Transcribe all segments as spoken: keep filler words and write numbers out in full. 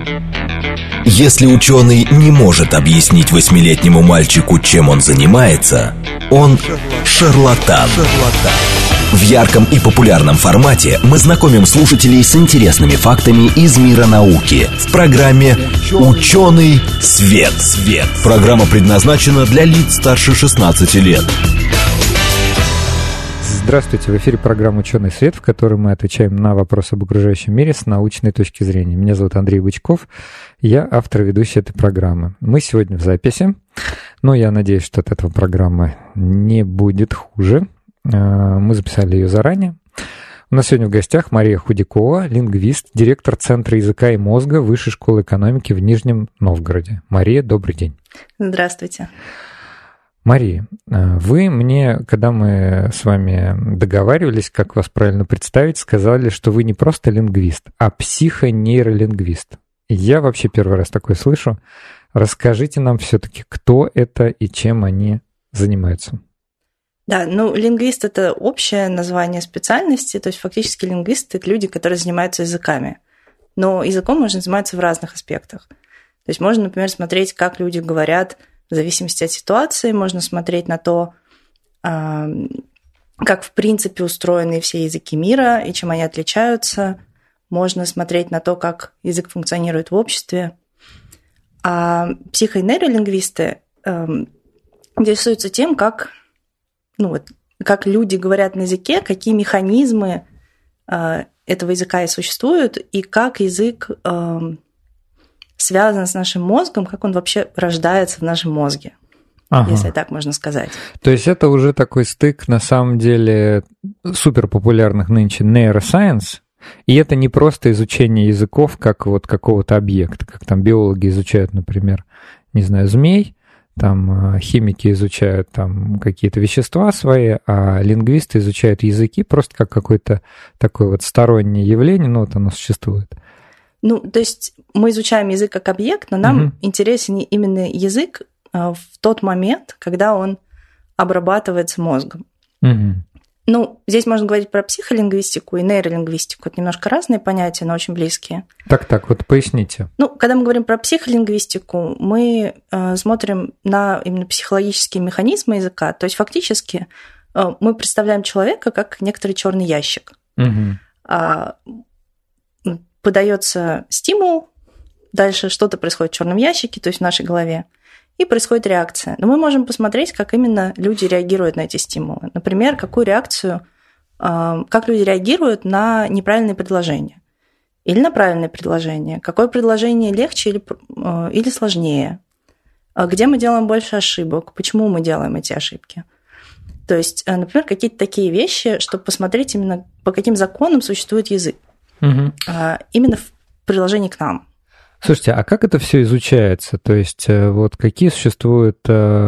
Если ученый не может объяснить восьмилетнему мальчику, чем он занимается, он шарлатан. В ярком и популярном формате мы знакомим слушателей с интересными фактами из мира науки в программе «Ученый свет». Свет. Программа предназначена для лиц старше шестнадцати лет. Здравствуйте, в эфире программа «Ученый свет», в которой мы отвечаем на вопросы об окружающем мире с научной точки зрения. Меня зовут Андрей Бычков, я автор и ведущий этой программы. Мы сегодня в записи, но я надеюсь, что от этого программа не будет хуже. Мы записали ее заранее. У нас сегодня в гостях Мария Худякова, лингвист, директор Центра языка и мозга Высшей школы экономики в Нижнем Новгороде. Мария, добрый день. Здравствуйте. Мария, вы мне, когда мы с вами договаривались, как вас правильно представить, сказали, что вы не просто лингвист, а психонейролингвист. Я вообще первый раз такое слышу. Расскажите нам все-таки, кто это и чем они занимаются. Да, ну, лингвист – это общее название специальности, то есть фактически лингвисты – это люди, которые занимаются языками. Но языком можно заниматься в разных аспектах. То есть можно, например, смотреть, как люди говорят в зависимости от ситуации, можно смотреть на то, как в принципе устроены все языки мира и чем они отличаются, можно смотреть на то, как язык функционирует в обществе. А психонейролингвисты интересуются тем, как, ну вот, как люди говорят на языке, какие механизмы этого языка и существуют, и как язык связан с нашим мозгом, как он вообще рождается в нашем мозге, ага. если так можно сказать. То есть это уже такой стык, на самом деле, суперпопулярных нынче нейросайенс, и это не просто изучение языков как вот какого-то объекта, как там биологи изучают, например, не знаю, змей, там химики изучают там какие-то вещества свои, а лингвисты изучают языки просто как какое-то такое вот стороннее явление, ну вот оно существует. Ну, то есть мы изучаем язык как объект, но нам угу. интересен именно язык в тот момент, когда он обрабатывается мозгом. Угу. Ну, здесь можно говорить про психолингвистику и нейролингвистику. Это немножко разные понятия, но очень близкие. Так-так, вот поясните. Ну, когда мы говорим про психолингвистику, мы э, смотрим на именно психологические механизмы языка. То есть фактически э, мы представляем человека как некоторый черный ящик. Угу. А, подается стимул, дальше что-то происходит в черном ящике, то есть в нашей голове, и происходит реакция. Но мы можем посмотреть, как именно люди реагируют на эти стимулы. Например, какую реакцию, как люди реагируют на неправильные предложения или на правильные предложения. Какое предложение легче или, или сложнее. Где мы делаем больше ошибок, почему мы делаем эти ошибки. То есть, например, какие-то такие вещи, чтобы посмотреть именно, по каким законам существует язык. Угу. Именно в приложении к нам. Слушайте, а как это все изучается? То есть вот какие существуют,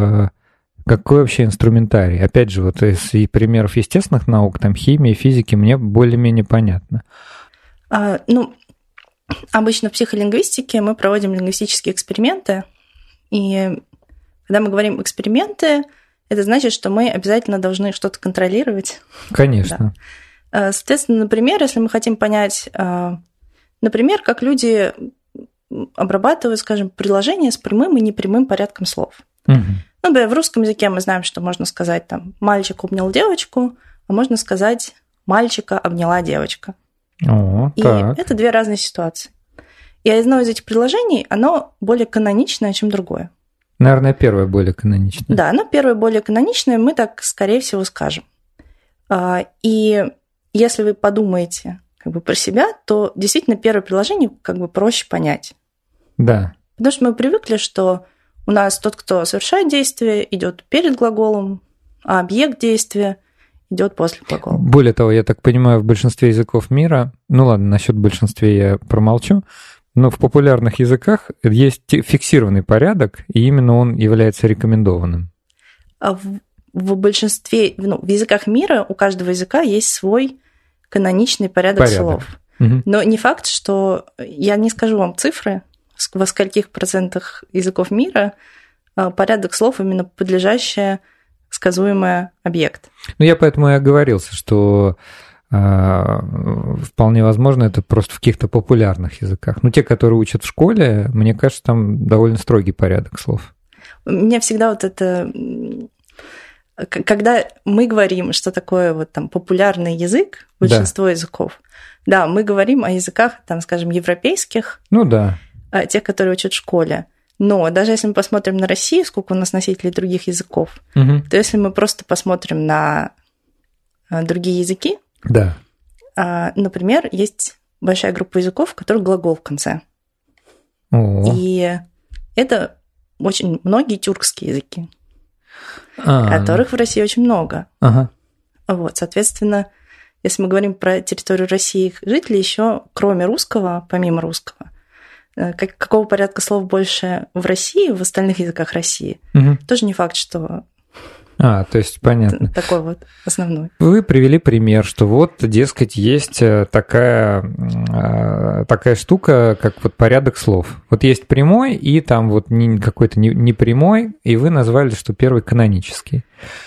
какой вообще инструментарий? Опять же, вот из примеров естественных наук, там химии, физики, мне более-менее понятно. А, ну, обычно в психолингвистике мы проводим лингвистические эксперименты, и когда мы говорим эксперименты, это значит, что мы обязательно должны что-то контролировать. Конечно. Да. Соответственно, например, если мы хотим понять, например, как люди обрабатывают, скажем, предложения с прямым и непрямым порядком слов. Угу. Ну, например, в русском языке мы знаем, что можно сказать там «мальчик обнял девочку», а можно сказать «мальчика обняла девочка». О, и так. это две разные ситуации. И одно из этих предложений, оно более каноничное, чем другое. Наверное, первое более каноничное. Да, но первое более каноничное мы так, скорее всего, скажем. И если вы подумаете как бы про себя, то действительно первое предложение как бы проще понять. Да. Потому что мы привыкли, что у нас тот, кто совершает действие, идет перед глаголом, а объект действия идет после глагола. Более того, я так понимаю, в большинстве языков мира, ну ладно, насчет большинства я промолчу, но в популярных языках есть фиксированный порядок, и именно он является рекомендованным. А в, в большинстве, ну, в языках мира у каждого языка есть свой каноничный порядок, порядок. слов. Угу. Но не факт, что... Я не скажу вам цифры, во скольких процентах языков мира порядок слов именно подлежащий сказуемый объект. Ну, я поэтому и оговорился, что вполне возможно, это просто в каких-то популярных языках. Ну, те, которые учат в школе, мне кажется, там довольно строгий порядок слов. У меня всегда вот это... Когда мы говорим, что такое вот там популярный язык, большинство да. языков, да, мы говорим о языках, там, скажем, европейских, ну да, тех, которые учат в школе. Но даже если мы посмотрим на Россию, сколько у нас носителей других языков, угу. то если мы просто посмотрим на другие языки, да. например, есть большая группа языков, в которых глагол в конце. О. И это очень многие тюркские языки. А, которых в России очень много. Ага. Вот, соответственно, если мы говорим про территорию России, их жителей еще, кроме русского, помимо русского, как, какого порядка слов больше в России, в остальных языках России, угу. тоже не факт, что... А, то есть понятно. Такой вот основной. Вы привели пример, что вот, дескать, есть такая, такая штука, как вот порядок слов. Вот есть прямой, и там вот какой-то непрямой, и вы назвали, что первый канонический.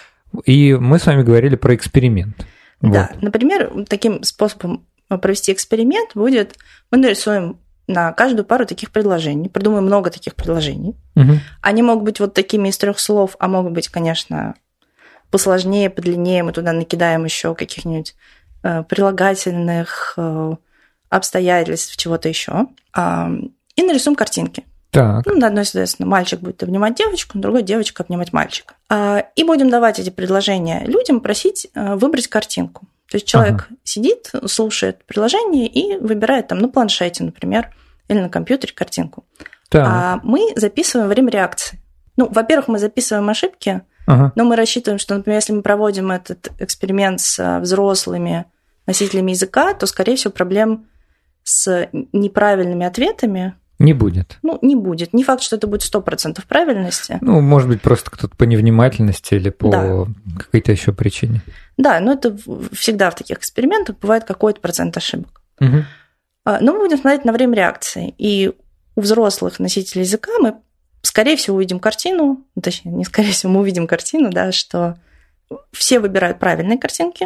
И мы с вами говорили про эксперимент. Да, вот. Например, таким способом провести эксперимент будет, мы нарисуем на каждую пару таких предложений, придумаем много таких предложений. Угу. Они могут быть вот такими из трех слов, а могут быть, конечно, посложнее, подлиннее. Мы туда накидаем еще каких-нибудь э, прилагательных, э, обстоятельств, чего-то еще. Э, и нарисуем картинки. Так. Ну, на одной, соответственно, мальчик будет обнимать девочку, на другой девочка обнимать мальчика. Э, и будем давать эти предложения людям, просить э, выбрать картинку. То есть человек ага. сидит, слушает предложение и выбирает там на планшете, например, или на компьютере картинку. Так. А мы записываем время реакции. Ну, во-первых, мы записываем ошибки, ага. но мы рассчитываем, что, например, если мы проводим этот эксперимент с взрослыми носителями языка, то, скорее всего, проблем с неправильными ответами не будет. Ну, не будет. Не факт, что это будет сто процентов правильности. Ну, может быть, просто кто-то по невнимательности или по да. какой-то еще причине. Да, но это всегда в таких экспериментах бывает какой-то процент ошибок. Угу. Но мы будем смотреть на время реакции. И у взрослых носителей языка мы, скорее всего, увидим картину, точнее, не скорее всего, мы увидим картину, да, что все выбирают правильные картинки,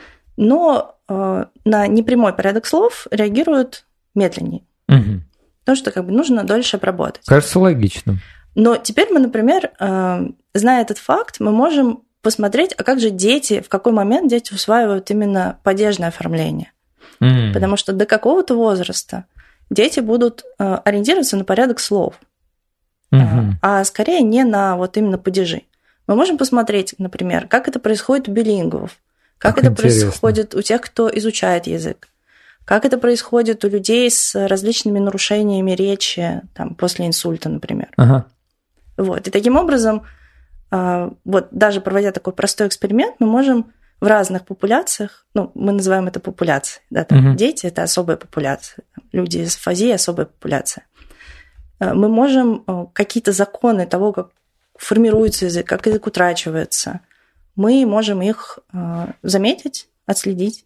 но на непрямой порядок слов реагируют медленнее. Угу. Потому что как бы нужно дольше обработать. Кажется логичным. Но теперь мы, например, зная этот факт, мы можем посмотреть, а как же дети, в какой момент дети усваивают именно падежное оформление. Mm. Потому что до какого-то возраста дети будут ориентироваться на порядок слов, mm-hmm. а скорее не на вот именно падежи. Мы можем посмотреть, например, как это происходит у билингвов, как, как это интересно. происходит у тех, кто изучает язык. Как это происходит у людей с различными нарушениями речи, там, после инсульта, например. Ага. Вот. И таким образом, вот даже проводя такой простой эксперимент, мы можем в разных популяциях, ну, мы называем это популяцией, да, там, угу. дети – это особая популяция, люди с афазией – особая популяция. Мы можем какие-то законы того, как формируется язык, как язык утрачивается, мы можем их заметить, отследить,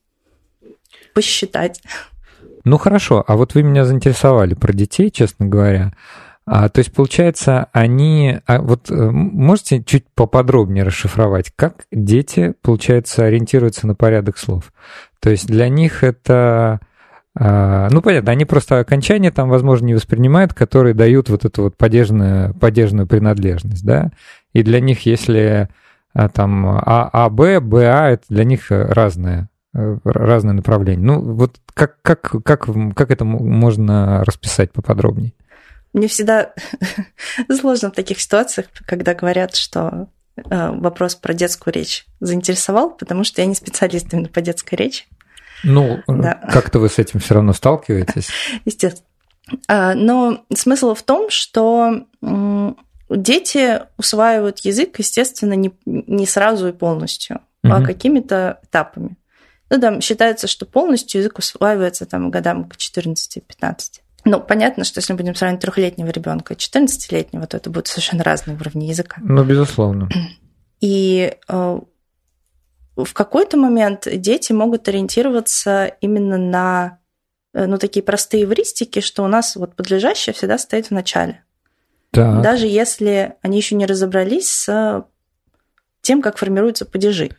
посчитать. Ну хорошо, а вот вы меня заинтересовали про детей, честно говоря. А, то есть, получается, они... А вот можете чуть поподробнее расшифровать, как дети, получается, ориентируются на порядок слов? То есть для них это... А, ну, понятно, они просто окончания там, возможно, не воспринимают, которые дают вот эту вот падежную, падежную принадлежность, да? И для них, если а, там А, А, Б, Б, А, это для них разное. разные направления. Ну, вот как, как, как, как это можно расписать поподробнее? Мне всегда сложно в таких ситуациях, когда говорят, что вопрос про детскую речь заинтересовал, потому что я не специалист именно по детской речи. Ну, да. Как-то вы с этим все равно сталкиваетесь? Естественно. Но смысл в том, что дети усваивают язык, естественно, не, не сразу и полностью, угу. а какими-то этапами. Ну, там считается, что полностью язык усваивается там, годам к четырнадцати-пятнадцати. Ну, понятно, что если мы будем сравнивать трехлетнего ребенка и четырнадцатилетнего, то это будут совершенно разные уровни языка. Ну, безусловно. И э, в какой-то момент дети могут ориентироваться именно на ну, такие простые эвристики, что у нас вот подлежащее всегда стоит в начале. Так. Даже если они еще не разобрались с тем, как формируются падежи.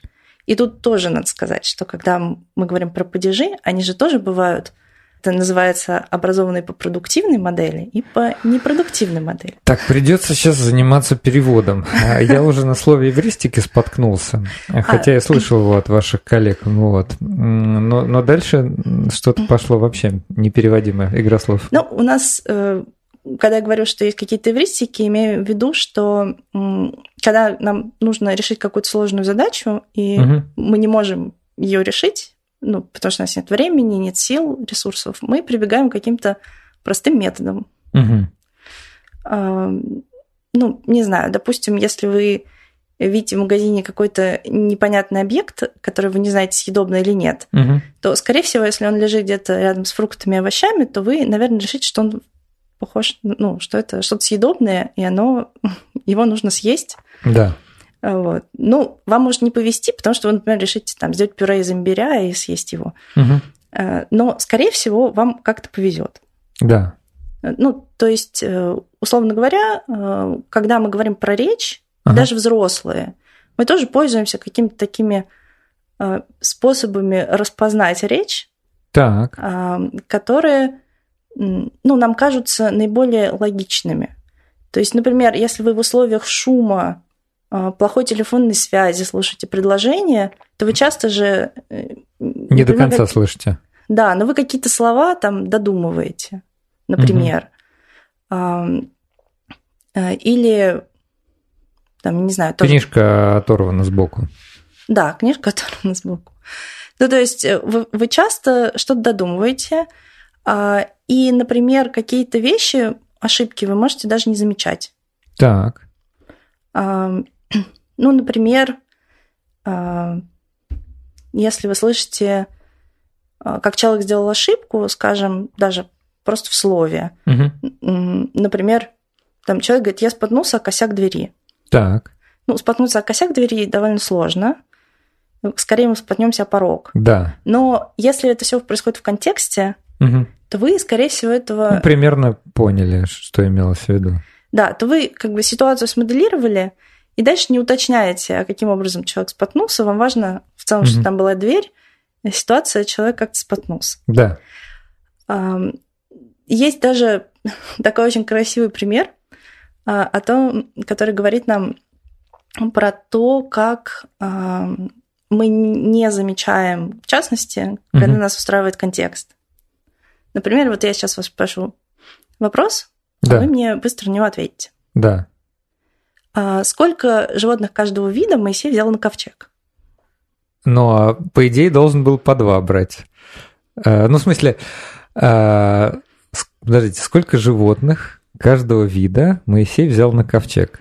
И тут тоже надо сказать, что когда мы говорим про падежи, они же тоже бывают, это называется образованные по продуктивной модели и по непродуктивной модели. Так, придется сейчас заниматься переводом. Я уже на слове эвристики споткнулся, хотя я слышал его от ваших коллег. Вот. Но, но дальше что-то пошло вообще непереводимое, игра слов. Ну, у нас, когда я говорю, что есть какие-то эвристики, имею в виду, что когда нам нужно решить какую-то сложную задачу, и угу. мы не можем ее решить, ну, потому что у нас нет времени, нет сил, ресурсов, мы прибегаем к каким-то простым методам. Угу. А, ну, не знаю, допустим, если вы видите в магазине какой-то непонятный объект, который вы не знаете, съедобный или нет, угу. то, скорее всего, если он лежит где-то рядом с фруктами и овощами, то вы, наверное, решите, что он похож, ну, что это что-то съедобное, и оно, его нужно съесть. Да. Вот. Ну, вам может не повезти, потому что вы, например, решите там, сделать пюре из имбиря и съесть его. Угу. Но, скорее всего, вам как-то повезет. Да. Ну, то есть, условно говоря, когда мы говорим про речь, ага. даже взрослые, мы тоже пользуемся какими-то такими способами распознать речь, так. которые, ну, нам кажутся наиболее логичными. То есть, например, если вы в условиях шума, плохой телефонной связи слушаете предложение, то вы часто же... Не например, до конца как... слышите. Да, но вы какие-то слова там додумываете, например. Угу. Или, там, не знаю... Книжка тоже... оторвана сбоку. Да, книжка оторвана сбоку. Ну, то есть вы, вы часто что-то додумываете, и, например, какие-то вещи, ошибки вы можете даже не замечать. Так. Ну, например, если вы слышите, как человек сделал ошибку, скажем, даже просто в слове, угу. например, там человек говорит, я споткнулся о косяк двери. Так. Ну, споткнуться о косяк двери довольно сложно. Скорее мы споткнемся о порог. Да. Но если это все происходит в контексте, угу. то вы, скорее всего, этого... Ну, примерно поняли, что имелось в виду. Да, то вы как бы ситуацию смоделировали, и дальше не уточняете, а каким образом человек споткнулся. Вам важно в целом, угу. что там была дверь, ситуация, человек как-то споткнулся. Да. Есть даже такой очень красивый пример о том, который говорит нам про то, как мы не замечаем, в частности, когда угу. нас устраивает контекст. Например, вот я сейчас вас спрошу вопрос, да. а вы мне быстро на него ответите. Да. А сколько животных каждого вида Моисей взял на ковчег? Ну, а по идее должен был по два брать. Ну, в смысле, подождите, сколько животных каждого вида Моисей взял на ковчег?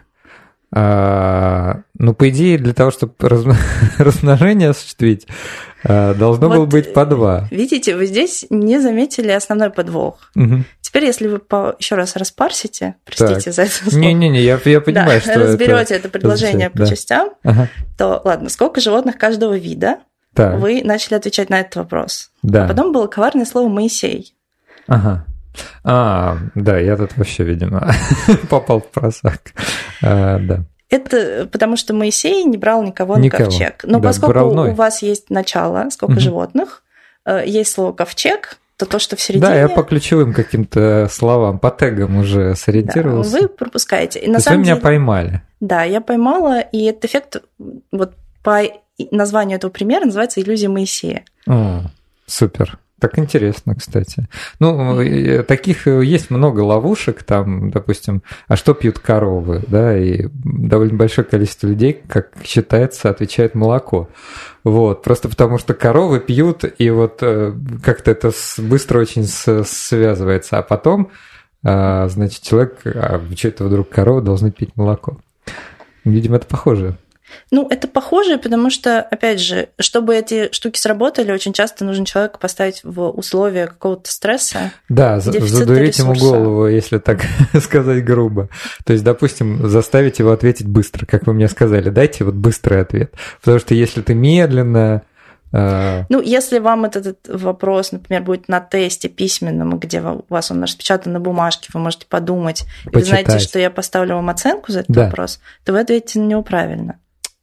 Ну, по идее, для того, чтобы размножение осуществить, должно вот было быть по два. Видите, вы здесь не заметили основной подвох. Угу. Теперь, если вы по... еще раз распарсите, простите так. за это слово. Не-не-не, я, я понимаю, да, что разберете это... это предложение по да. частям, ага. то ладно, сколько животных каждого вида так. вы начали отвечать на этот вопрос. Да. А потом было коварное слово «Моисей». Ага. А, да, я тут вообще, видимо, попал в просак. А, да. Это потому, что Моисей не брал никого, никого. на ковчег. Но да, поскольку бравной. у вас есть начало, сколько угу. животных, есть слово «ковчег», то то, что в середине... Да, я по ключевым каким-то словам, по тегам уже сориентировался. Да, вы пропускаете. И на То есть самом вы меня деле... поймали. Да, я поймала, и этот эффект вот по названию этого примера называется «Иллюзия Моисея». О, супер. Так интересно, кстати. Ну, таких есть много ловушек, там, допустим, а что пьют коровы, да, и довольно большое количество людей, как считается, отвечает молоко. Вот, просто потому что коровы пьют, и вот как-то это быстро очень связывается, а потом, значит, человек, а что это вдруг коровы должны пить молоко? Видимо, это похоже. Ну, это похоже, потому что, опять же, чтобы эти штуки сработали, очень часто нужно человека поставить в условия какого-то стресса. Да, задурить ему голову, если так сказать грубо. То есть, допустим, заставить его ответить быстро, как вы мне сказали. Дайте вот быстрый ответ. Потому что если ты медленно... Ну, если вам этот вопрос, например, будет на тесте письменном, где у вас он распечатан на бумажке, вы можете подумать, и вы знаете, что я поставлю вам оценку за этот да. вопрос, то вы ответите на него правильно.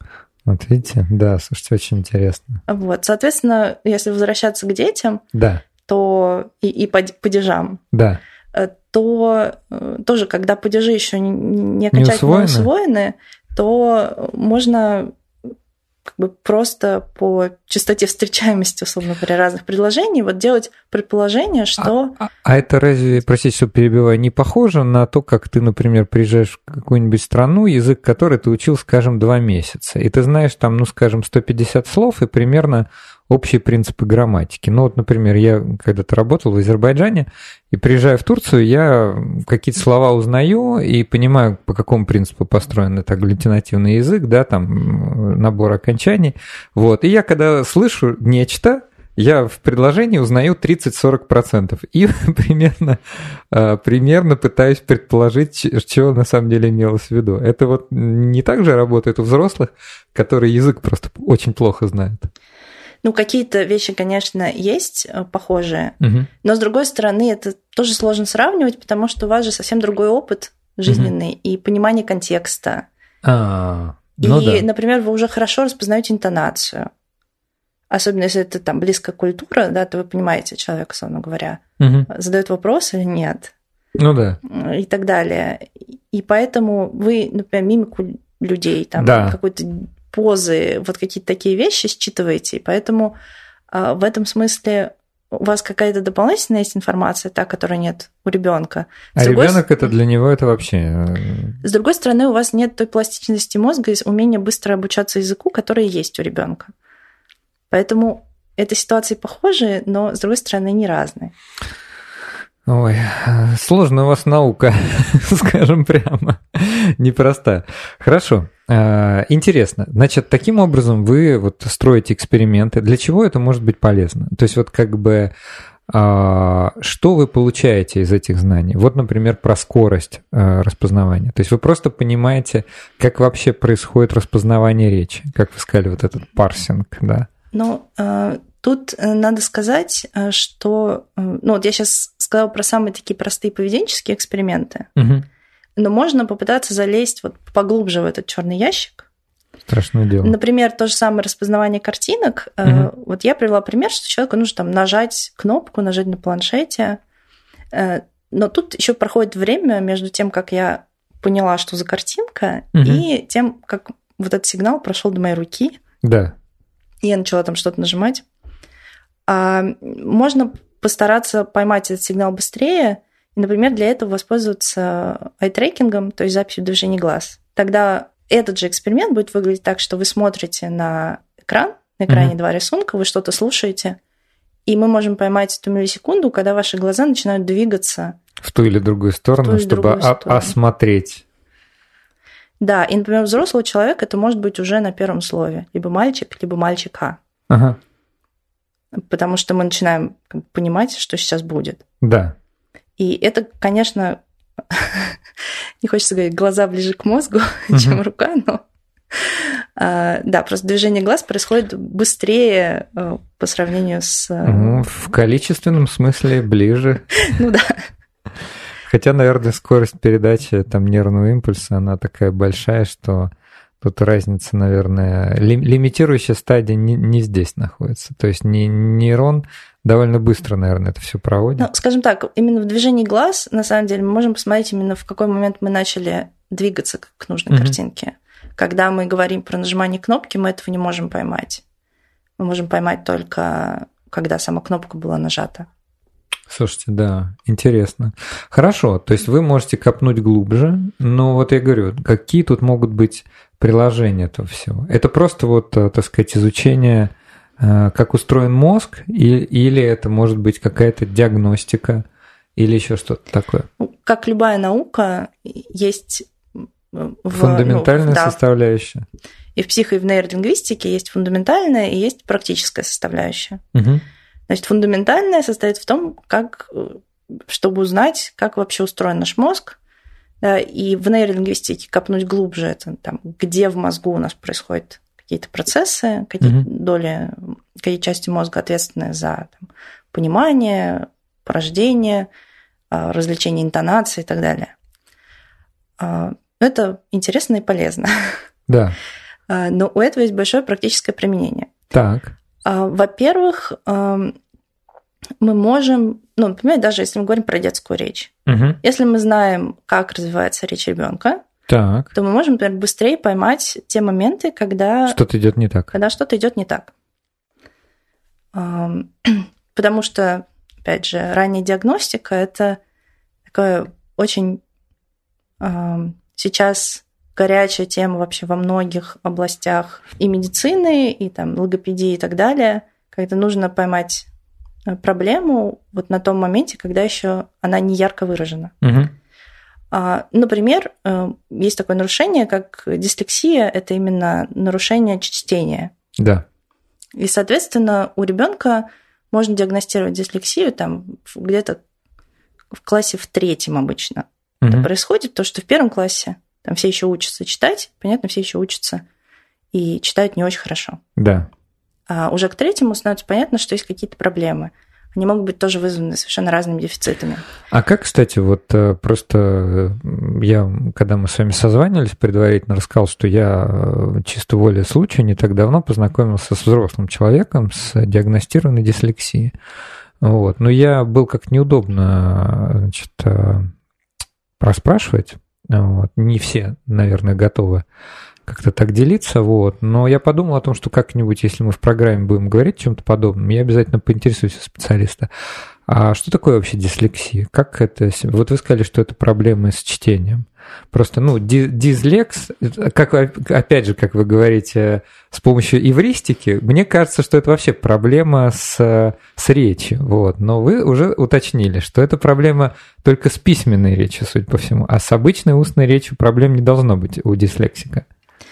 Вот видите? Да, слушайте, очень интересно. Вот, соответственно, если возвращаться к детям, да. то и, и падежам, да. то тоже, когда падежи еще не окончательно не усвоены. усвоены, то можно как бы просто по частоте встречаемости, условно говоря, разных предложений вот делать предположение, что... А, а, а это разве, простите, что перебиваю, не похоже на то, как ты, например, приезжаешь в какую-нибудь страну, язык которой ты учил, скажем, два месяца, и ты знаешь там, ну, скажем, сто пятьдесят слов и примерно общие принципы грамматики. Ну, вот, например, я когда-то работал в Азербайджане, и приезжая в Турцию, я какие-то слова узнаю и понимаю, по какому принципу построен это агглютинативный язык, да, там набор окончаний. Вот. И я, когда слышу нечто, я в предложении узнаю тридцать-сорок процентов. И примерно, примерно пытаюсь предположить, что на самом деле имелось в виду. Это вот не так же работает у взрослых, которые язык просто очень плохо знают. Ну, какие-то вещи, конечно, есть похожие, угу. но, с другой стороны, это тоже сложно сравнивать, потому что у вас же совсем другой опыт жизненный угу. и понимание контекста. А, ну и, да. например, вы уже хорошо распознаете интонацию. Особенно если это там близкая культура, да, то вы понимаете человека, условно говоря, угу. задает вопрос или нет. Ну да. И так далее. И поэтому вы, например, мимику людей, там, да. какой-то позы, вот какие-то такие вещи считываете, и поэтому э, в этом смысле у вас какая-то дополнительная есть информация, та, которой нет у ребенка. А ребенок с... это для него это вообще. С другой стороны, у вас нет той пластичности мозга и умения быстро обучаться языку, которое есть у ребенка. Поэтому эти ситуации похожи, но с другой стороны не разные. Ой, сложная у вас наука, скажем прямо, непростая. Хорошо, интересно. Значит, таким образом вы вот строите эксперименты. Для чего это может быть полезно? То есть вот как бы что вы получаете из этих знаний? Вот, например, про скорость распознавания. То есть вы просто понимаете, как вообще происходит распознавание речи, как вы сказали, вот этот парсинг, да? Ну, тут надо сказать, что... Ну, вот я сейчас сказала про самые такие простые поведенческие эксперименты, угу. но можно попытаться залезть вот поглубже в этот черный ящик. Страшное дело. Например, то же самое распознавание картинок. Угу. Вот я привела пример, что человеку нужно там нажать кнопку, нажать на планшете, но тут еще проходит время между тем, как я поняла, что за картинка, угу. и тем, как вот этот сигнал прошел до моей руки. Да. И я начала там что-то нажимать. А можно постараться поймать этот сигнал быстрее, и, например, для этого воспользоваться ай-трекингом, то есть записью движений глаз. Тогда этот же эксперимент будет выглядеть так, что вы смотрите на экран, на экране mm-hmm. два рисунка, вы что-то слушаете, и мы можем поймать эту миллисекунду, когда ваши глаза начинают двигаться в ту или другую сторону, чтобы другую сторону. осмотреть. Да, и, например, взрослого человека это может быть уже на первом слове. Либо мальчик, либо мальчика. Ага. Потому что мы начинаем понимать, что сейчас будет. Да. И это, конечно, не хочется говорить, глаза ближе к мозгу, uh-huh. чем рука, но... Да, просто движение глаз происходит быстрее по сравнению с... Ну, в количественном смысле ближе. Ну да. Хотя, наверное, скорость передачи там нервного импульса, она такая большая, что тут разница, наверное, ли, лимитирующая стадия не, не здесь находится. То есть не, нейрон довольно быстро, наверное, это все проводит. Ну, скажем так, именно в движении глаз, на самом деле, мы можем посмотреть именно в какой момент мы начали двигаться к нужной mm-hmm. картинке. Когда мы говорим про нажимание кнопки, мы этого не можем поймать. Мы можем поймать только, когда сама кнопка была нажата. Слушайте, да, интересно. Хорошо, то есть вы можете копнуть глубже, но вот я говорю, какие тут могут быть приложения этого всего? Это просто вот, так сказать, изучение, как устроен мозг, или это может быть какая-то диагностика, или еще что-то такое? Как любая наука, есть... В, фундаментальная ну, да, составляющая. И в психо- и в нейролингвистике есть фундаментальная и есть практическая составляющая. Угу. Значит, фундаментальная состоит в том, как, чтобы узнать, как вообще устроен наш мозг, да, и в нейролингвистике копнуть глубже, это там, где в мозгу у нас происходят какие-то процессы, какие угу. доли, какие части мозга ответственны за там, понимание, порождение, развлечение интонации и так далее. Это интересно и полезно. Да. Но у этого есть большое практическое применение. Так. Во-первых, мы можем, ну, например, даже если мы говорим про детскую речь, угу. если мы знаем, как развивается речь ребенка, так. то мы можем, например, быстрее поймать те моменты, когда что-то идет не так. Когда что-то идет не так. Потому что, опять же, ранняя диагностика – это такое очень сейчас горячая тема вообще во многих областях и медицины, и там логопедии и так далее, когда нужно поймать проблему вот на том моменте, когда еще она не ярко выражена. Угу. Например, есть такое нарушение, как дислексия, это именно нарушение чтения. Да. И, соответственно, у ребенка можно диагностировать дислексию там где-то в классе в третьем обычно. Угу. Это происходит, то, что в первом классе там все еще учатся читать, понятно, все еще учатся и читают не очень хорошо. Да. А уже к третьему становится понятно, что есть какие-то проблемы. Они могут быть тоже вызваны совершенно разными дефицитами. А как, кстати, вот просто я, когда мы с вами созванивались предварительно, рассказал, что я чисто волей случая не так давно познакомился с взрослым человеком с диагностированной дислексией. Вот. Но я был как неудобно, значит, расспрашивать. Вот. Не все, наверное, готовы как-то так делиться, вот. Но я подумал о том, что как-нибудь, если мы в программе будем говорить о чем-то подобном, я обязательно поинтересуюсь у специалиста. А что такое вообще дислексия? Как это? Вот вы сказали, что это проблемы с чтением. Просто, ну, дислекс, как, опять же, как вы говорите, с помощью эвристики, мне кажется, что это вообще проблема с, с речью, вот. Но вы уже уточнили, что это проблема только с письменной речью, судя по всему, а с обычной устной речью проблем не должно быть у дислексика.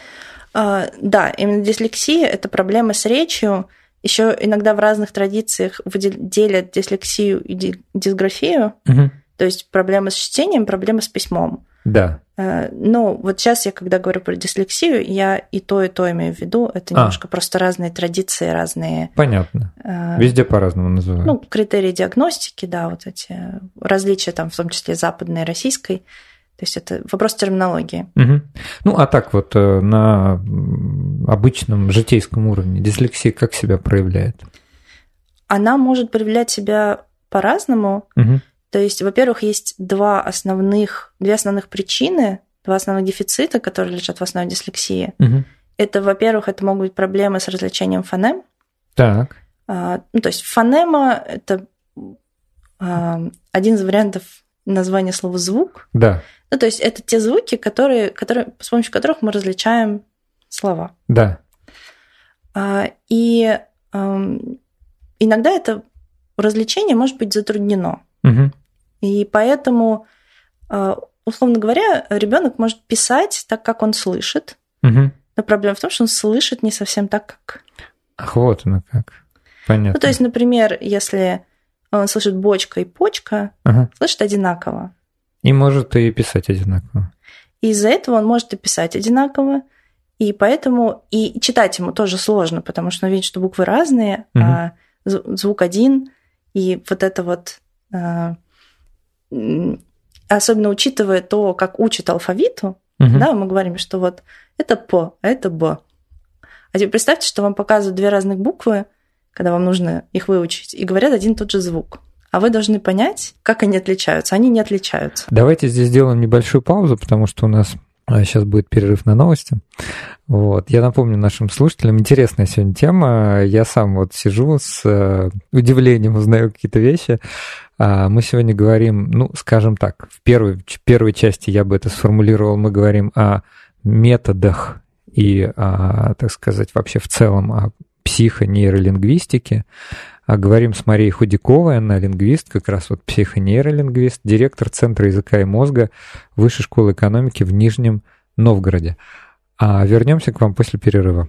Да, именно дислексия – это проблема с речью. Еще иногда в разных традициях делят дислексию и дисграфию, угу. То есть проблемы с чтением, проблемы с письмом. Да. Ну, вот сейчас я, когда говорю про дислексию, я и то, и то имею в виду. Это немножко а. просто разные традиции, разные... Понятно. Везде по-разному называют. Ну, критерии диагностики, да, вот эти различия, там, в том числе западной и российской. То есть это вопрос терминологии. Угу. Ну, а так вот на обычном житейском уровне дислексия как себя проявляет? Она может проявлять себя по-разному. Угу. То есть, во-первых, есть два основных, две основных причины, два основных дефицита, которые лежат в основе дислексии. Угу. Это, во-первых, это могут быть проблемы с различением фонем. Так. А, ну, то есть фонема – это а, один из вариантов названия слова «звук». Да. Ну, то есть это те звуки, которые, которые, с помощью которых мы различаем слова. Да. А, и а, иногда это развлечение может быть затруднено. Угу. И поэтому, условно говоря, ребенок может писать так, как он слышит. Угу. Но проблема в том, что он слышит не совсем так, как... Ах, вот оно как. Понятно. Ну, то есть, например, если он слышит бочка и почка, ага. слышит одинаково. И может и писать одинаково. И из-за этого он может и писать одинаково, и поэтому и читать ему тоже сложно, потому что он видит, что буквы разные, угу. а звук один, и вот это вот... Особенно учитывая то, как учат алфавиту, угу. да, мы говорим, что вот это П, а это Б. А теперь представьте, что вам показывают две разных буквы, когда вам нужно их выучить, и говорят один и тот же звук. А вы должны понять, как они отличаются. Они не отличаются. Давайте здесь сделаем небольшую паузу, потому что у нас сейчас будет перерыв на новости. Вот. Я напомню нашим слушателям, интересная сегодня тема. Я сам вот сижу с удивлением, узнаю какие-то вещи. Мы сегодня говорим, ну, скажем так, в первой, в первой части я бы это сформулировал, мы говорим о методах и, о, так сказать, вообще в целом о психонейролингвистике. А говорим с Марией Худяковой, она лингвист, как раз вот психонейролингвист, директор Центра языка и мозга Высшей школы экономики в Нижнем Новгороде. А вернемся к вам после перерыва.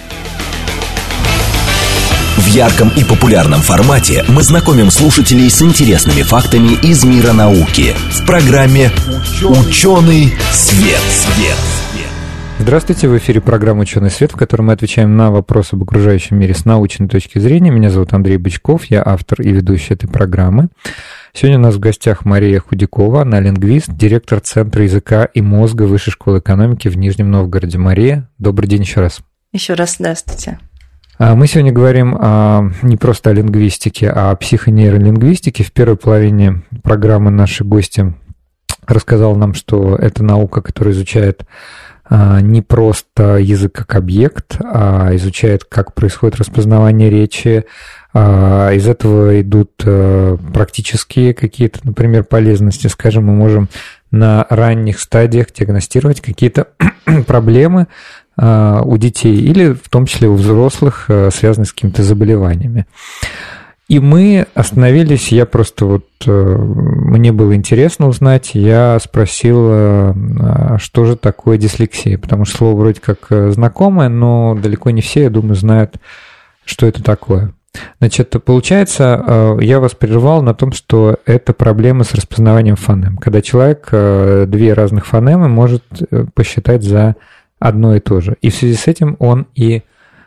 В ярком и популярном формате мы знакомим слушателей с интересными фактами из мира науки в программе «Ученый свет». свет. Здравствуйте, в эфире программа «Ученый свет», в которой мы отвечаем на вопросы об окружающем мире с научной точки зрения. Меня зовут Андрей Бычков, я автор и ведущий этой программы. Сегодня у нас в гостях Мария Худякова, она лингвист, директор Центра языка и мозга Высшей школы экономики в Нижнем Новгороде. Мария, добрый день еще раз. Еще раз здравствуйте. Мы сегодня говорим о, не просто о лингвистике, а о психонейролингвистике. В первой половине программы наши гости рассказал нам, что это наука, которая изучает не просто язык как объект, а изучает, как происходит распознавание речи. Из этого идут практические какие-то, например, полезности. Скажем, мы можем на ранних стадиях диагностировать какие-то проблемы у детей или в том числе у взрослых, связанных с какими-то заболеваниями. И мы остановились, я просто вот, мне было интересно узнать, я спросил, что же такое дислексия, потому что слово вроде как знакомое, но далеко не все, я думаю, знают, что это такое. Значит, получается, я вас прервал на том, что это проблема с распознаванием фонем, когда человек две разных фонемы может посчитать за одно и то же. И в связи с этим он и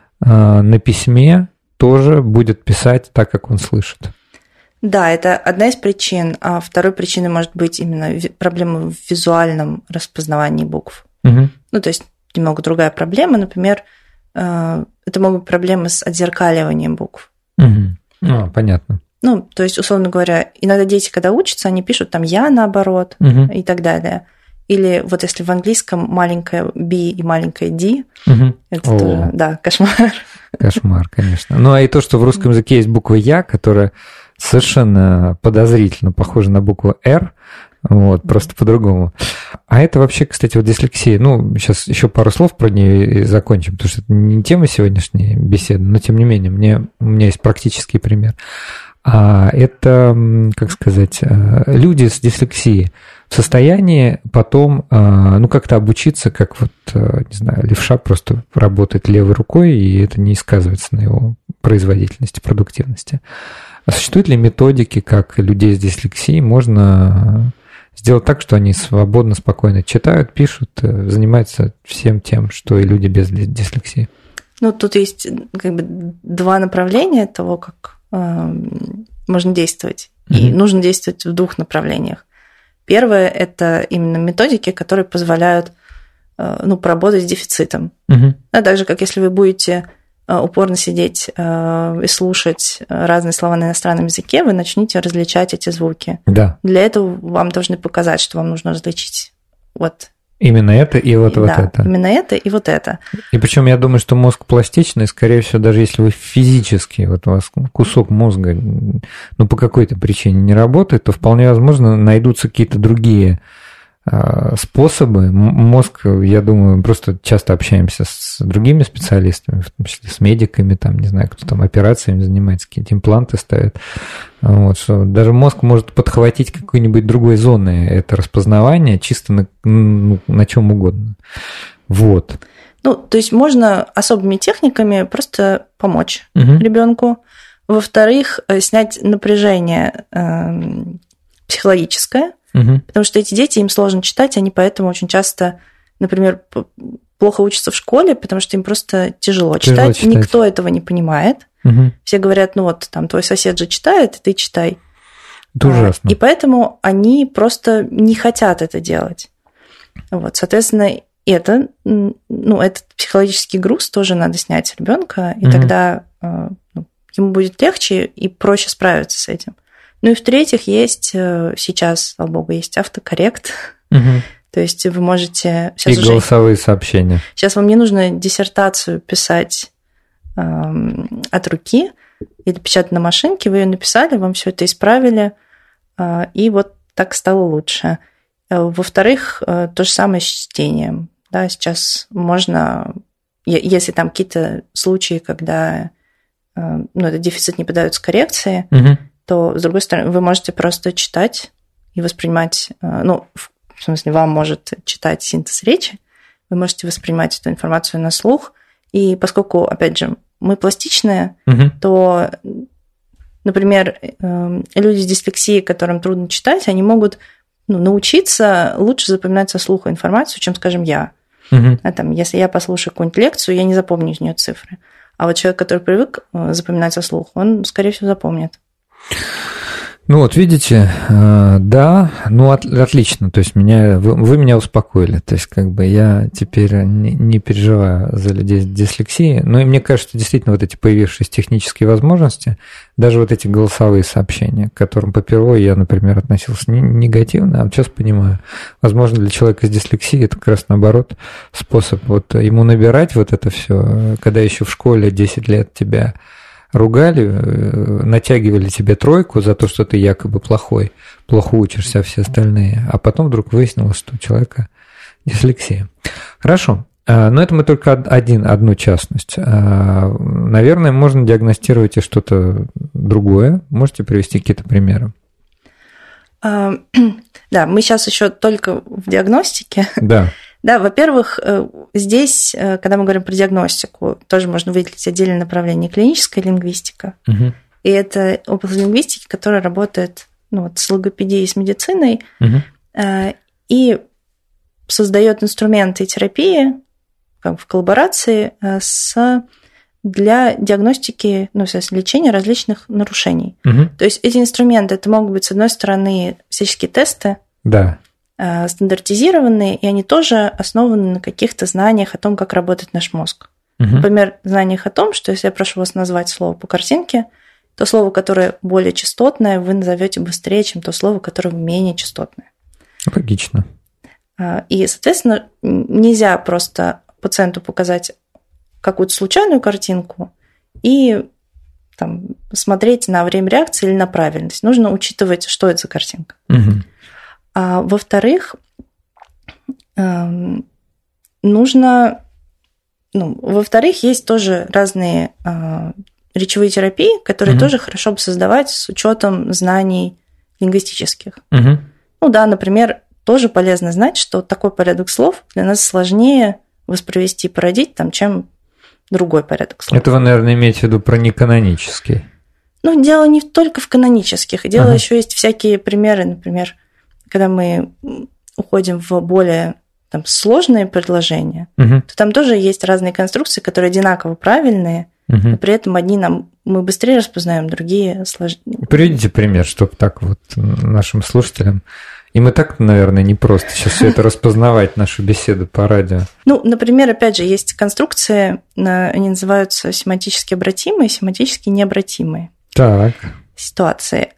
на письме тоже будет писать так, как он слышит. Да, это одна из причин. А второй причиной может быть именно проблема в визуальном распознавании букв. Угу. Ну, то есть немного другая проблема. Например, это могут быть проблемы с отзеркаливанием букв. Угу. А, понятно. Ну, то есть, условно говоря, иногда дети, когда учатся, они пишут там «я» наоборот угу. и так далее. Или вот если в английском маленькая B и маленькая D, угу. это О. тоже, да, кошмар. Кошмар, конечно. Ну, а и то, что в русском языке есть буква «я», которая совершенно подозрительно похожа на букву «р», вот, просто по-другому. А это вообще, кстати, вот дислексия, ну, сейчас еще пару слов про нее и закончим, потому что это не тема сегодняшней беседы, но тем не менее, мне, у меня есть практический пример. А это, как сказать, люди с дислексией в состоянии потом, ну, как-то обучиться, как вот, не знаю, левша просто работает левой рукой, и это не сказывается на его производительности, продуктивности. А существуют ли методики, как людей с дислексией можно сделать так, что они свободно, спокойно читают, пишут, занимаются всем тем, что и люди без дислексии? Ну, тут есть как бы два направления того, как э, можно действовать. Mm-hmm. И нужно действовать в двух направлениях. Первое – это именно методики, которые позволяют э, ну, поработать с дефицитом. Mm-hmm. А так же, как если вы будете упорно сидеть и слушать разные слова на иностранном языке, вы начнете различать эти звуки. Да. Для этого вам должны показать, что вам нужно различить вот именно это и вот, да, вот это. Именно это и вот это. И причем я думаю, что мозг пластичный, скорее всего, даже если вы физически, вот у вас кусок мозга, ну, по какой-то причине не работает, то вполне возможно найдутся какие-то другие способы. Мозг, я думаю, просто часто общаемся с другими специалистами, в том числе с медиками, там, не знаю, кто там операциями занимается, какие-то импланты ставят. Вот, что даже мозг может подхватить какой-нибудь другой зоны это распознавание чисто на, ну, на чем угодно. Вот. Ну, то есть можно особыми техниками просто помочь угу. ребенку. Во-вторых, снять напряжение э, психологическое. Угу. Потому что эти дети, им сложно читать, они поэтому очень часто, например, плохо учатся в школе, потому что им просто тяжело, тяжело читать. читать. Никто этого не понимает. Угу. Все говорят, ну вот, там, твой сосед же читает, и ты читай. Это ужасно. И поэтому они просто не хотят это делать. Вот, соответственно, это, ну, этот психологический груз тоже надо снять с ребенка, и угу. тогда ну, ему будет легче и проще справиться с этим. Ну и в-третьих, есть сейчас, слава богу, есть автокоррект. Угу. То есть вы можете... Сейчас и уже... голосовые сообщения. Сейчас вам не нужно диссертацию писать э, от руки или печатать на машинке. Вы ее написали, вам все это исправили, э, и вот так стало лучше. Во-вторых, э, то же самое с чтением. Да, сейчас можно... Если там какие-то случаи, когда э, ну, этот дефицит не поддается коррекции, угу. то, с другой стороны, вы можете просто читать и воспринимать, ну, в смысле, вам может читать синтез речи, вы можете воспринимать эту информацию на слух, и поскольку, опять же, мы пластичные, угу. то, например, люди с дислексией, которым трудно читать, они могут ну, научиться лучше запоминать со слуха информацию, чем, скажем, я. Угу. А там, если я послушаю какую-нибудь лекцию, я не запомню из нее цифры. А вот человек, который привык запоминать со слуха, он, скорее всего, запомнит. Ну вот, видите, да, ну от, отлично, то есть меня, вы, вы меня успокоили, то есть как бы я теперь не, не переживаю за людей с дислексией, ну и мне кажется, что действительно вот эти появившиеся технические возможности, даже вот эти голосовые сообщения, к которым попервой я, например, относился негативно, а вот сейчас понимаю, возможно, для человека с дислексией это как раз наоборот способ вот ему набирать вот это все, когда еще в школе десять лет тебя ругали, натягивали тебе тройку за то, что ты якобы плохой, плохо учишься, а все остальные. А потом вдруг выяснилось, что у человека дислексия. Хорошо. Но это мы только один, одну частность. Наверное, можно диагностировать и что-то другое. Можете привести какие-то примеры? Да, мы сейчас еще только в диагностике. Да. Да, во-первых, здесь, когда мы говорим про диагностику, тоже можно выделить отдельное направление клиническая лингвистика. Угу. И это область лингвистики, которая работает ну, вот, с логопедией, с медициной, угу. и создает инструменты терапии как в коллаборации с, для диагностики, ну, лечения различных нарушений. Угу. То есть эти инструменты, это могут быть, с одной стороны, всяческие тесты, да. стандартизированные, и они тоже основаны на каких-то знаниях о том, как работает наш мозг. Угу. Например, знаниях о том, что если я прошу вас назвать слово по картинке, то слово, которое более частотное, вы назовете быстрее, чем то слово, которое менее частотное. Логично. И, соответственно, нельзя просто пациенту показать какую-то случайную картинку и там, смотреть на время реакции или на правильность. Нужно учитывать, что это за картинка. Угу. А во-вторых, нужно... Ну, во-вторых, есть тоже разные речевые терапии, которые угу. тоже хорошо бы создавать с учетом знаний лингвистических. Угу. Ну да, например, тоже полезно знать, что такой порядок слов для нас сложнее воспроизвести и породить, там, чем другой порядок слов. Это вы, наверное, имеете в виду про неканонический. Ну, дело не только в канонических. Дело ага. еще есть всякие примеры, например, когда мы уходим в более там, сложные предложения, угу. то там тоже есть разные конструкции, которые одинаково правильные, угу. но при этом одни нам мы быстрее распознаем, другие сложнее. Приведите пример, чтобы так вот нашим слушателям. Им и так, наверное, непросто сейчас все это распознавать, нашу беседу по радио. Ну, например, опять же, есть конструкции, они называются семантически обратимые, семантически необратимые так. ситуации.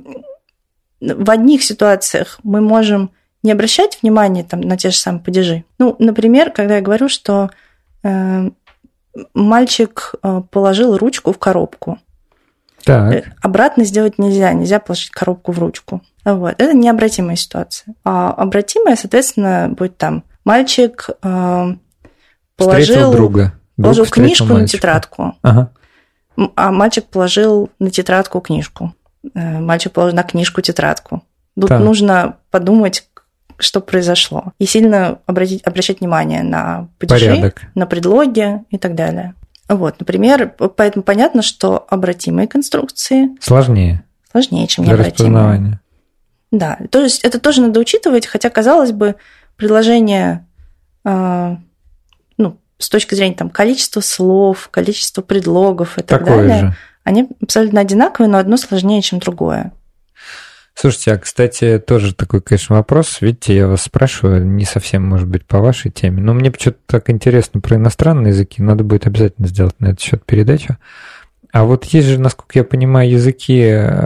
В одних ситуациях мы можем не обращать внимания там, на те же самые падежи. Ну, например, когда я говорю, что э, мальчик положил ручку в коробку. Так. Обратно сделать нельзя, нельзя положить коробку в ручку. Вот. Это необратимая ситуация. А обратимая, соответственно, будет там мальчик э, положил, друга. Друг положил книжку мальчика. на тетрадку, ага. а мальчик положил на тетрадку книжку. Мальчик положил на книжку тетрадку. Тут так. нужно подумать, что произошло. И сильно обратить, обращать внимание на падежи, порядок. На предлоги и так далее. Вот, например, поэтому понятно, что обратимые конструкции сложнее. Сложнее, чем для необратимые. Распознавания. Да, то есть это тоже надо учитывать, хотя, казалось бы, предложение, э, ну, с точки зрения там, количества слов, количества предлогов и так Такое далее, же. Они абсолютно одинаковые, но одно сложнее, чем другое. Слушайте, а, кстати, тоже такой, конечно, вопрос. Видите, я вас спрашиваю, не совсем, может быть, по вашей теме, но мне почему-то так интересно про иностранные языки. Надо будет обязательно сделать на этот счет передачу. А вот есть же, насколько я понимаю, языки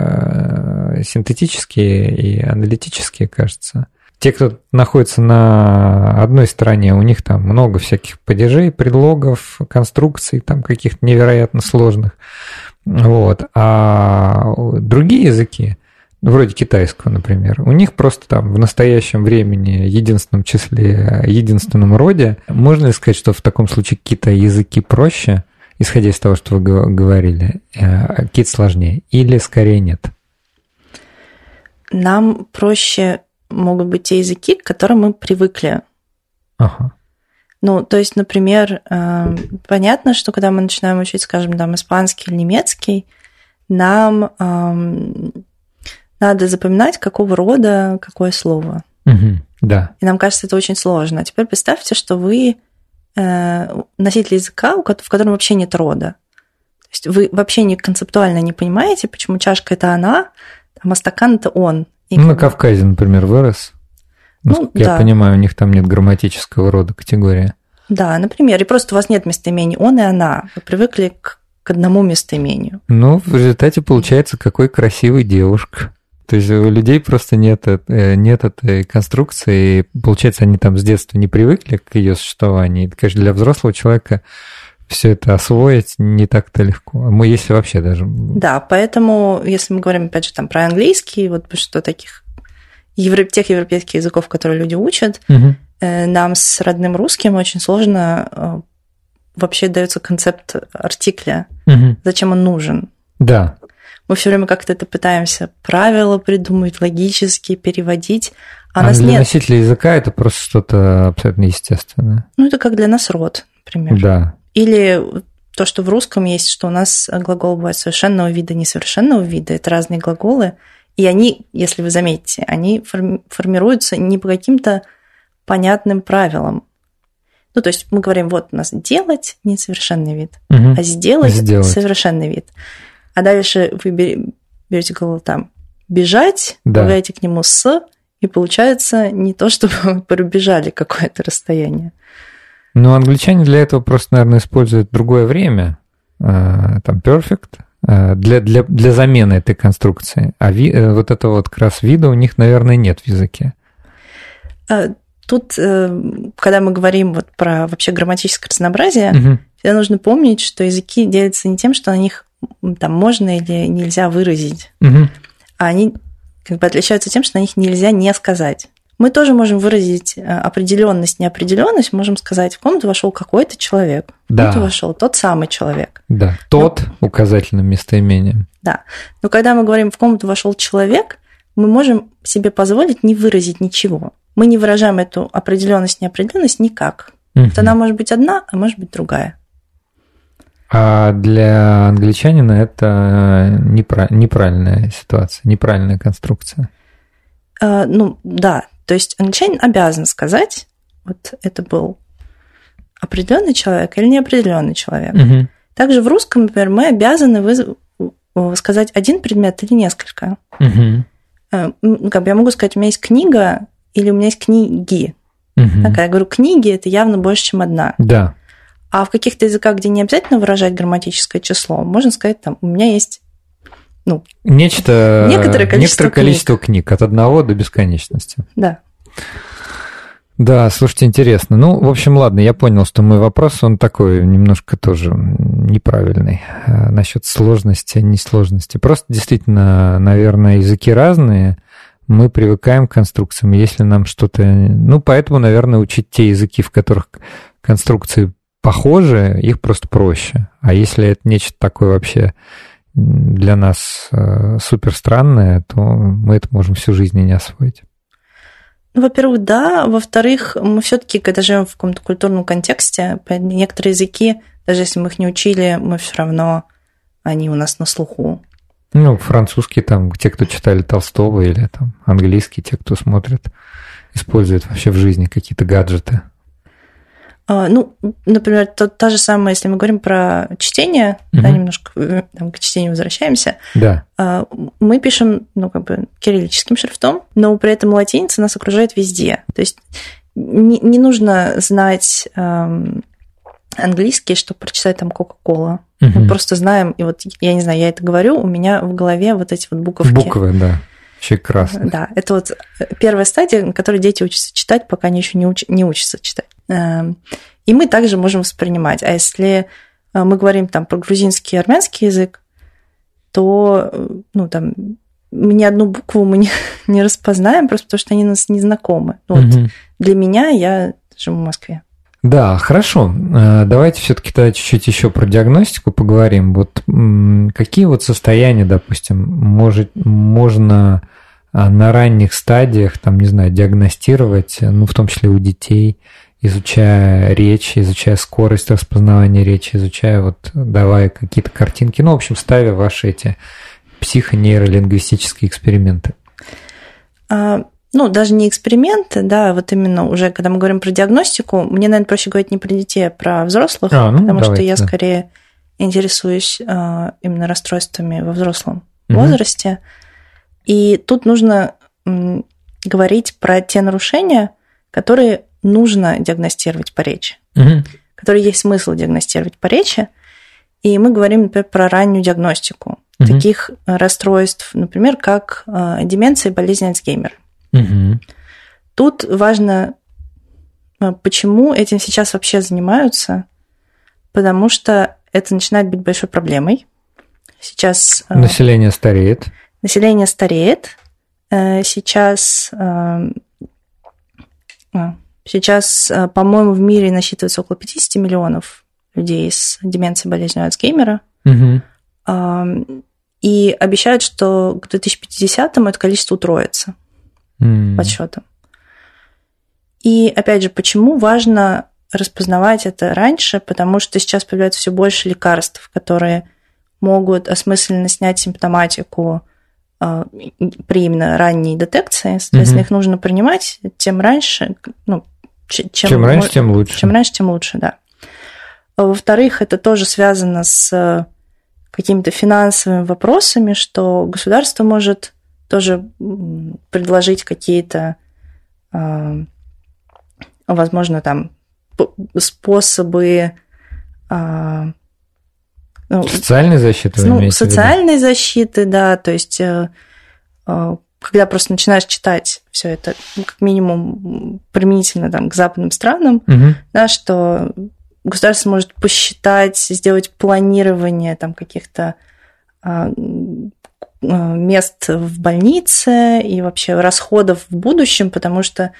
синтетические и аналитические, кажется. Те, кто находится на одной стороне, у них там много всяких падежей, предлогов, конструкций, там каких-то невероятно сложных. Вот. А другие языки, вроде китайского, например, у них просто там в настоящем времени, единственном числе, единственном роде, можно ли сказать, что в таком случае какие-то языки проще, исходя из того, что вы говорили, какие-то сложнее, или скорее нет? Нам проще могут быть те языки, к которым мы привыкли. Ага. Ну, то есть, например, понятно, что когда мы начинаем учить, скажем, там, испанский или немецкий, нам надо запоминать, какого рода какое слово. Угу. Да. И нам кажется это очень сложно. А теперь представьте, что вы э, носитель языка, в котором вообще нет рода. То есть вы вообще не концептуально не понимаете, почему чашка – это она, а стакан – это он. И ну, как... на Кавказе, например, вырос. Насколько ну, я да. понимаю, у них там нет грамматического рода категории. Да, например, и просто у вас нет местоимений «он» и «она». Вы привыкли к, к одному местоимению. Ну, в результате получается, какой красивый девушка. То есть у людей просто нет, нет этой конструкции, и, получается, они там с детства не привыкли к ее существованию. И, конечно, для взрослого человека все это освоить не так-то легко. Мы, если вообще даже... Да, поэтому, если мы говорим, опять же, там, про английский, вот что таких евро... тех европейских языков, которые люди учат, угу. нам с родным русским очень сложно вообще дается концепт артикля, угу. зачем он нужен. Да. Мы все время как-то это пытаемся правила придумать, логически переводить, а, а нас для нет. носителя языка это просто что-то абсолютно естественное. Ну, это как для нас род, например. Да. Или то, что в русском есть, что у нас глагол бывает совершенного вида, несовершенного вида, это разные глаголы, и они, если вы заметите, они форми- формируются не по каким-то понятным правилам. Ну, то есть мы говорим, вот у нас делать несовершенный вид, угу. а сделать, сделать совершенный вид. А дальше вы берете глагол там бежать, да. добавляете к нему с, и получается не то, чтобы вы пробежали какое-то расстояние. Ну, англичане для этого просто, наверное, используют другое время, там perfect, для, для, для замены этой конструкции. А ви, вот этого вот как раз вида у них, наверное, нет в языке. Тут, когда мы говорим вот про вообще грамматическое разнообразие, угу. всегда нужно помнить, что языки делятся не тем, что на них там можно или нельзя выразить, угу. а они как бы отличаются тем, что на них нельзя не сказать. Мы тоже можем выразить определенность, неопределенность, можем сказать, в комнату вошел какой-то человек, в комнату да. вошел тот самый человек. Да, тот Но, указательным местоимением. Да, но когда мы говорим в комнату вошел человек, мы можем себе позволить не выразить ничего. Мы не выражаем эту определенность, неопределенность никак. Угу. Вот она может быть одна, а может быть другая. А для англичанина это неправильная ситуация, неправильная конструкция. А, ну, да. То есть англичанин обязан сказать, вот это был определенный человек или неопределенный человек. Угу. Также в русском, например, мы обязаны выз... сказать один предмет или несколько. Угу. Ну, как бы я могу сказать, у меня есть книга или у меня есть книги. Угу. Когда я говорю книги, это явно больше, чем одна. Да. А в каких-то языках, где не обязательно выражать грамматическое число, можно сказать, там, у меня есть ну, Нечто, некоторое количество, некоторое количество книг. книг, от одного до бесконечности. Да. Да, слушайте, интересно. Ну, в общем, ладно, я понял, что мой вопрос, он такой немножко тоже неправильный насчет сложности, несложности. Просто действительно, наверное, языки разные, мы привыкаем к конструкциям, если нам что-то... Ну, поэтому, наверное, учить те языки, в которых конструкции похожи, их просто проще. А если это нечто такое вообще для нас супер странное, то мы это можем всю жизнь и не освоить. Ну, во-первых, да. Во-вторых, мы все-таки, когда живем в каком-то культурном контексте, некоторые языки, даже если мы их не учили, мы все равно, они у нас на слуху. Ну, французский там, те, кто читали Толстого, или там английский, те, кто смотрит, используют вообще в жизни какие-то гаджеты. Ну, например, то, та же самая, если мы говорим про чтение, угу. да, немножко там, к чтению возвращаемся, да. мы пишем, ну, как бы кириллическим шрифтом, но при этом латиница нас окружает везде. То есть не, не нужно знать эм, английский, чтобы прочитать там Кока-Кола. Угу. Мы просто знаем, и вот я не знаю, я это говорю, у меня в голове вот эти вот буковки. Буквы, да. Еще красные. Да, это вот первая стадия, на которой дети учатся читать, пока они еще не, уч... не учатся читать. И мы также можем воспринимать. А если мы говорим там про грузинский и армянский язык, то ну, там, ни одну букву мы не, не распознаем, просто потому что они нас не знакомы. Вот угу. Для меня, я живу в Москве. Да, хорошо. Давайте все-таки тогда чуть-чуть еще про диагностику поговорим. Вот какие вот состояния, допустим, может, можно на ранних стадиях, там, не знаю, диагностировать, ну, в том числе у детей, изучая речь, изучая скорость распознавания речи, изучая, вот, давая какие-то картинки, ну, в общем, ставя ваши эти психонейролингвистические эксперименты? ну, даже не эксперименты, да, вот именно уже, когда мы говорим про диагностику, мне, наверное, проще говорить не про детей, а про взрослых, а, ну, потому давайте, что я да. скорее интересуюсь а, именно расстройствами во взрослом угу. возрасте. И тут нужно м, говорить про те нарушения, которые нужно диагностировать по речи, угу. которые есть смысл диагностировать по речи. И мы говорим, например, про раннюю диагностику угу. таких расстройств, например, как а, деменция и болезнь Альцгеймера. Угу. Тут важно, почему этим сейчас вообще занимаются, потому что это начинает быть большой проблемой. Сейчас население стареет. Население стареет. Сейчас, сейчас, по-моему, в мире насчитывается около пятьдесят миллионов людей с деменцией и болезнью Альцгеймера. Угу. И обещают, что к две тысячи пятидесятому это количество утроится. Mm. подсчетам. И опять же, почему важно распознавать это раньше? Потому что сейчас появляется все больше лекарств, которые могут осмысленно снять симптоматику э, при именно ранней детекции. Соответственно, mm-hmm. их нужно принимать тем раньше. Ну, чем, чем раньше, тем лучше. Чем раньше, тем лучше, да. Во-вторых, это тоже связано с какими-то финансовыми вопросами, что государство может тоже предложить какие-то, возможно, там способы ну, социальной защиты. Ну, социальной защиты, да, то есть когда просто начинаешь читать все это, ну, как минимум применительно там, к западным странам, угу. да, что государство может посчитать, сделать планирование там, каких-то мест в больнице и вообще расходов в будущем, потому что,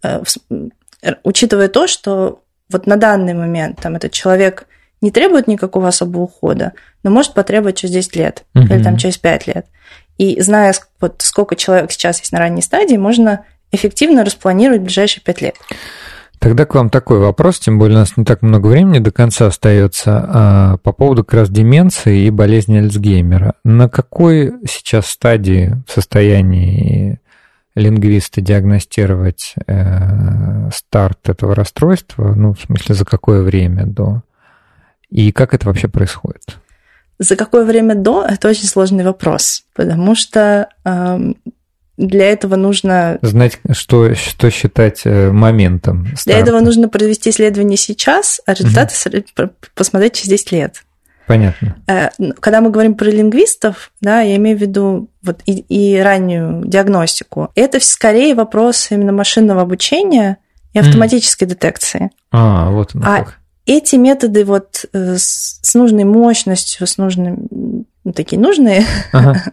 учитывая то, что вот на данный момент там, этот человек не требует никакого особого ухода, но может потребовать через десять лет mm-hmm. или там, через пять лет. И зная, вот, сколько человек сейчас есть на ранней стадии, можно эффективно распланировать ближайшие пять лет. Тогда к вам такой вопрос, тем более у нас не так много времени до конца остается, по поводу как раз деменции и болезни Альцгеймера. На какой сейчас стадии в состоянии лингвисты диагностировать э, старт этого расстройства? Ну, в смысле, за какое время до? И как это вообще происходит? За какое время до? Это очень сложный вопрос, потому что... Э, Для этого нужно... Знать, что, что считать моментом старта. Для этого нужно провести исследование сейчас, а результаты угу. посмотреть через десять лет. Понятно. Когда мы говорим про лингвистов, да, я имею в виду вот и, и раннюю диагностику, это скорее вопрос именно машинного обучения и автоматической mm. детекции. А, вот оно а как. Эти методы вот с, с нужной мощностью, с нужным... Ну, такие нужные, ага.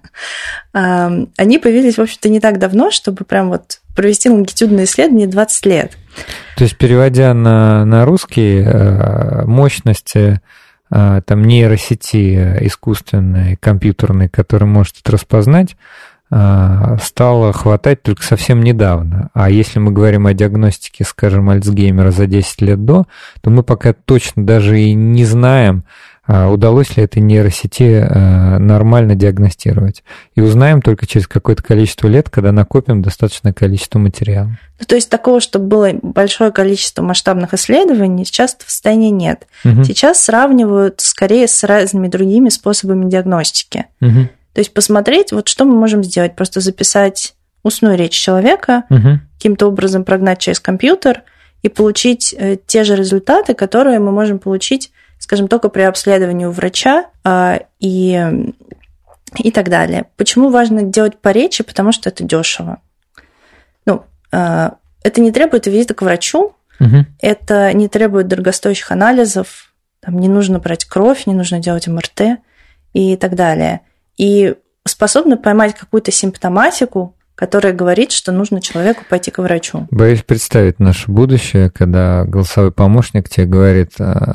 они появились, в общем-то, не так давно, чтобы прям вот провести лонгитюдное исследование двадцать лет. То есть, переводя на, на русский, мощности там, нейросети искусственной, компьютерной, которая может это распознать, стало хватать только совсем недавно. А если мы говорим о диагностике, скажем, Альцгеймера за десять лет до, то мы пока точно даже и не знаем, удалось ли этой нейросети нормально диагностировать. И узнаем только через какое-то количество лет, когда накопим достаточное количество материала. Ну, то есть такого, чтобы было большое количество масштабных исследований, сейчас в состоянии нет. Угу. Сейчас сравнивают скорее с разными другими способами диагностики. Угу. То есть посмотреть, вот что мы можем сделать. Просто записать устную речь человека, угу. каким-то образом прогнать через компьютер и получить те же результаты, которые мы можем получить, скажем, только при обследовании у врача а, и, и так далее. Почему важно делать по речи? Потому что это дешево. Ну, а, это не требует визита к врачу, угу. это не требует дорогостоящих анализов, там не нужно брать кровь, не нужно делать эм эр тэ и так далее. И способны поймать какую-то симптоматику, которая говорит, что нужно человеку пойти к врачу. Боюсь представить наше будущее, когда голосовой помощник тебе говорит: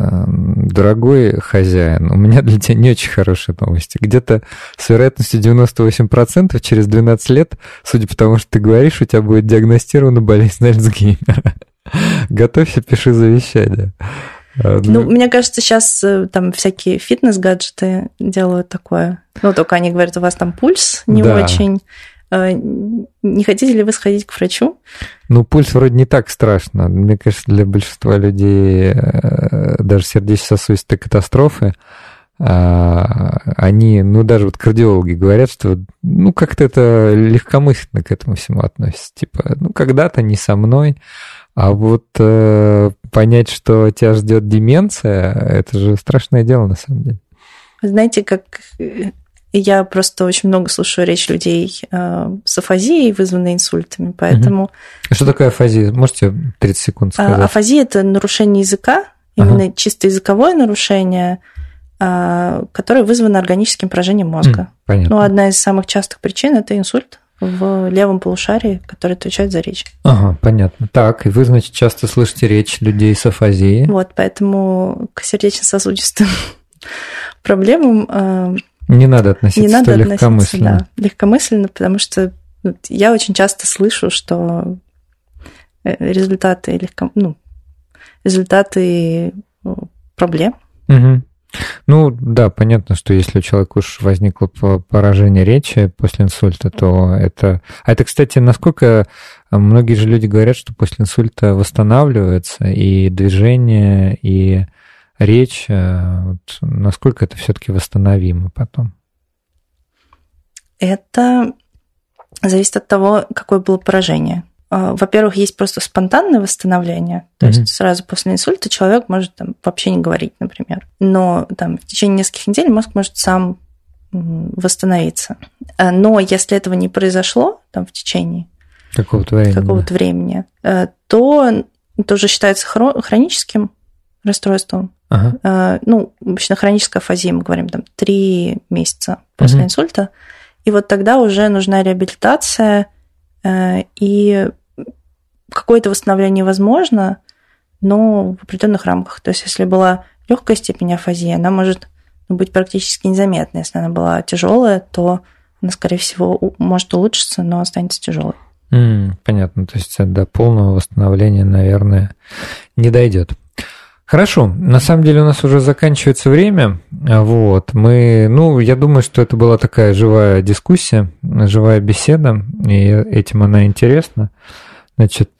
дорогой хозяин, у меня для тебя не очень хорошие новости. Где-то с вероятностью девяносто восемь процентов через двенадцать лет, судя по тому, что ты говоришь, у тебя будет диагностирована болезнь Альцгеймера. Готовься, пиши завещание. Ну, мне кажется, сейчас там всякие фитнес-гаджеты делают такое. Ну, только они говорят, у вас там пульс не да. очень. Не хотите ли вы сходить к врачу? Ну, пульс вроде не так страшно. Мне кажется, для большинства людей даже сердечно-сосудистые катастрофы, они, ну, даже вот кардиологи говорят, что, ну, как-то это легкомысленно к этому всему относится. Типа, ну, когда-то не со мной, а вот э, понять, что тебя ждет деменция, это же страшное дело на самом деле. Вы знаете, как я просто очень много слушаю речь людей э, с афазией, вызванной инсультами, поэтому... Угу. Что такое афазия? Можете тридцать секунд сказать? Афазия – это нарушение языка, именно ага. чисто языковое нарушение, которое вызвано органическим поражением мозга. Понятно. Ну, одна из самых частых причин – это инсульт в левом полушарии, который отвечает за речь. Ага, понятно. Так, и вы, значит, часто слышите речь людей с афазией. Вот, поэтому к сердечно-сосудистым проблемам не надо относиться не надо легкомысленно. Относиться, да, легкомысленно, потому что я очень часто слышу, что результаты легко, ну, результаты проблем. Угу. Ну, да, понятно, что если у человека уж возникло поражение речи после инсульта, то это... А это, кстати, насколько... Многие же люди говорят, что после инсульта восстанавливается и движение, и речь. Вот, насколько это все-таки восстановимо потом? Это зависит от того, какое было поражение. Во-первых, есть просто спонтанное восстановление, то mm-hmm. есть сразу после инсульта человек может там, вообще не говорить, например. Но там, в течение нескольких недель мозг может сам восстановиться. Но если этого не произошло там, в течение какого-то времени, какого-то времени то тоже считается хроническим расстройством. Ага. Ну, обычно хроническая афазия, мы говорим, там, три месяца после mm-hmm. инсульта. И вот тогда уже нужна реабилитация, и какое-то восстановление возможно, но в определенных рамках. То есть, если была легкая степень афазии, она может быть практически незаметна. Если она была тяжелая, то она, скорее всего, может улучшиться, но останется тяжелой. Mm, понятно. То есть до полного восстановления, наверное, не дойдет. Хорошо. На самом деле у нас уже заканчивается время. Вот. Мы, ну, я думаю, что это была такая живая дискуссия, живая беседа, и этим она интересна. Значит,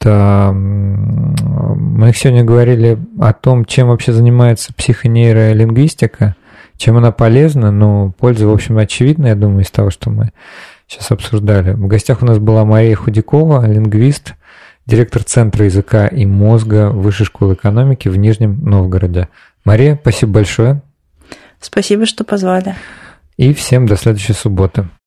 мы сегодня говорили о том, чем вообще занимается психонейролингвистика, чем она полезна, но польза, в общем, очевидна, я думаю, из того, что мы сейчас обсуждали. В гостях у нас была Мария Худякова, лингвист, директор Центра языка и мозга Высшей школы экономики в Нижнем Новгороде. Мария, спасибо большое. Спасибо, что позвали. И всем до следующей субботы.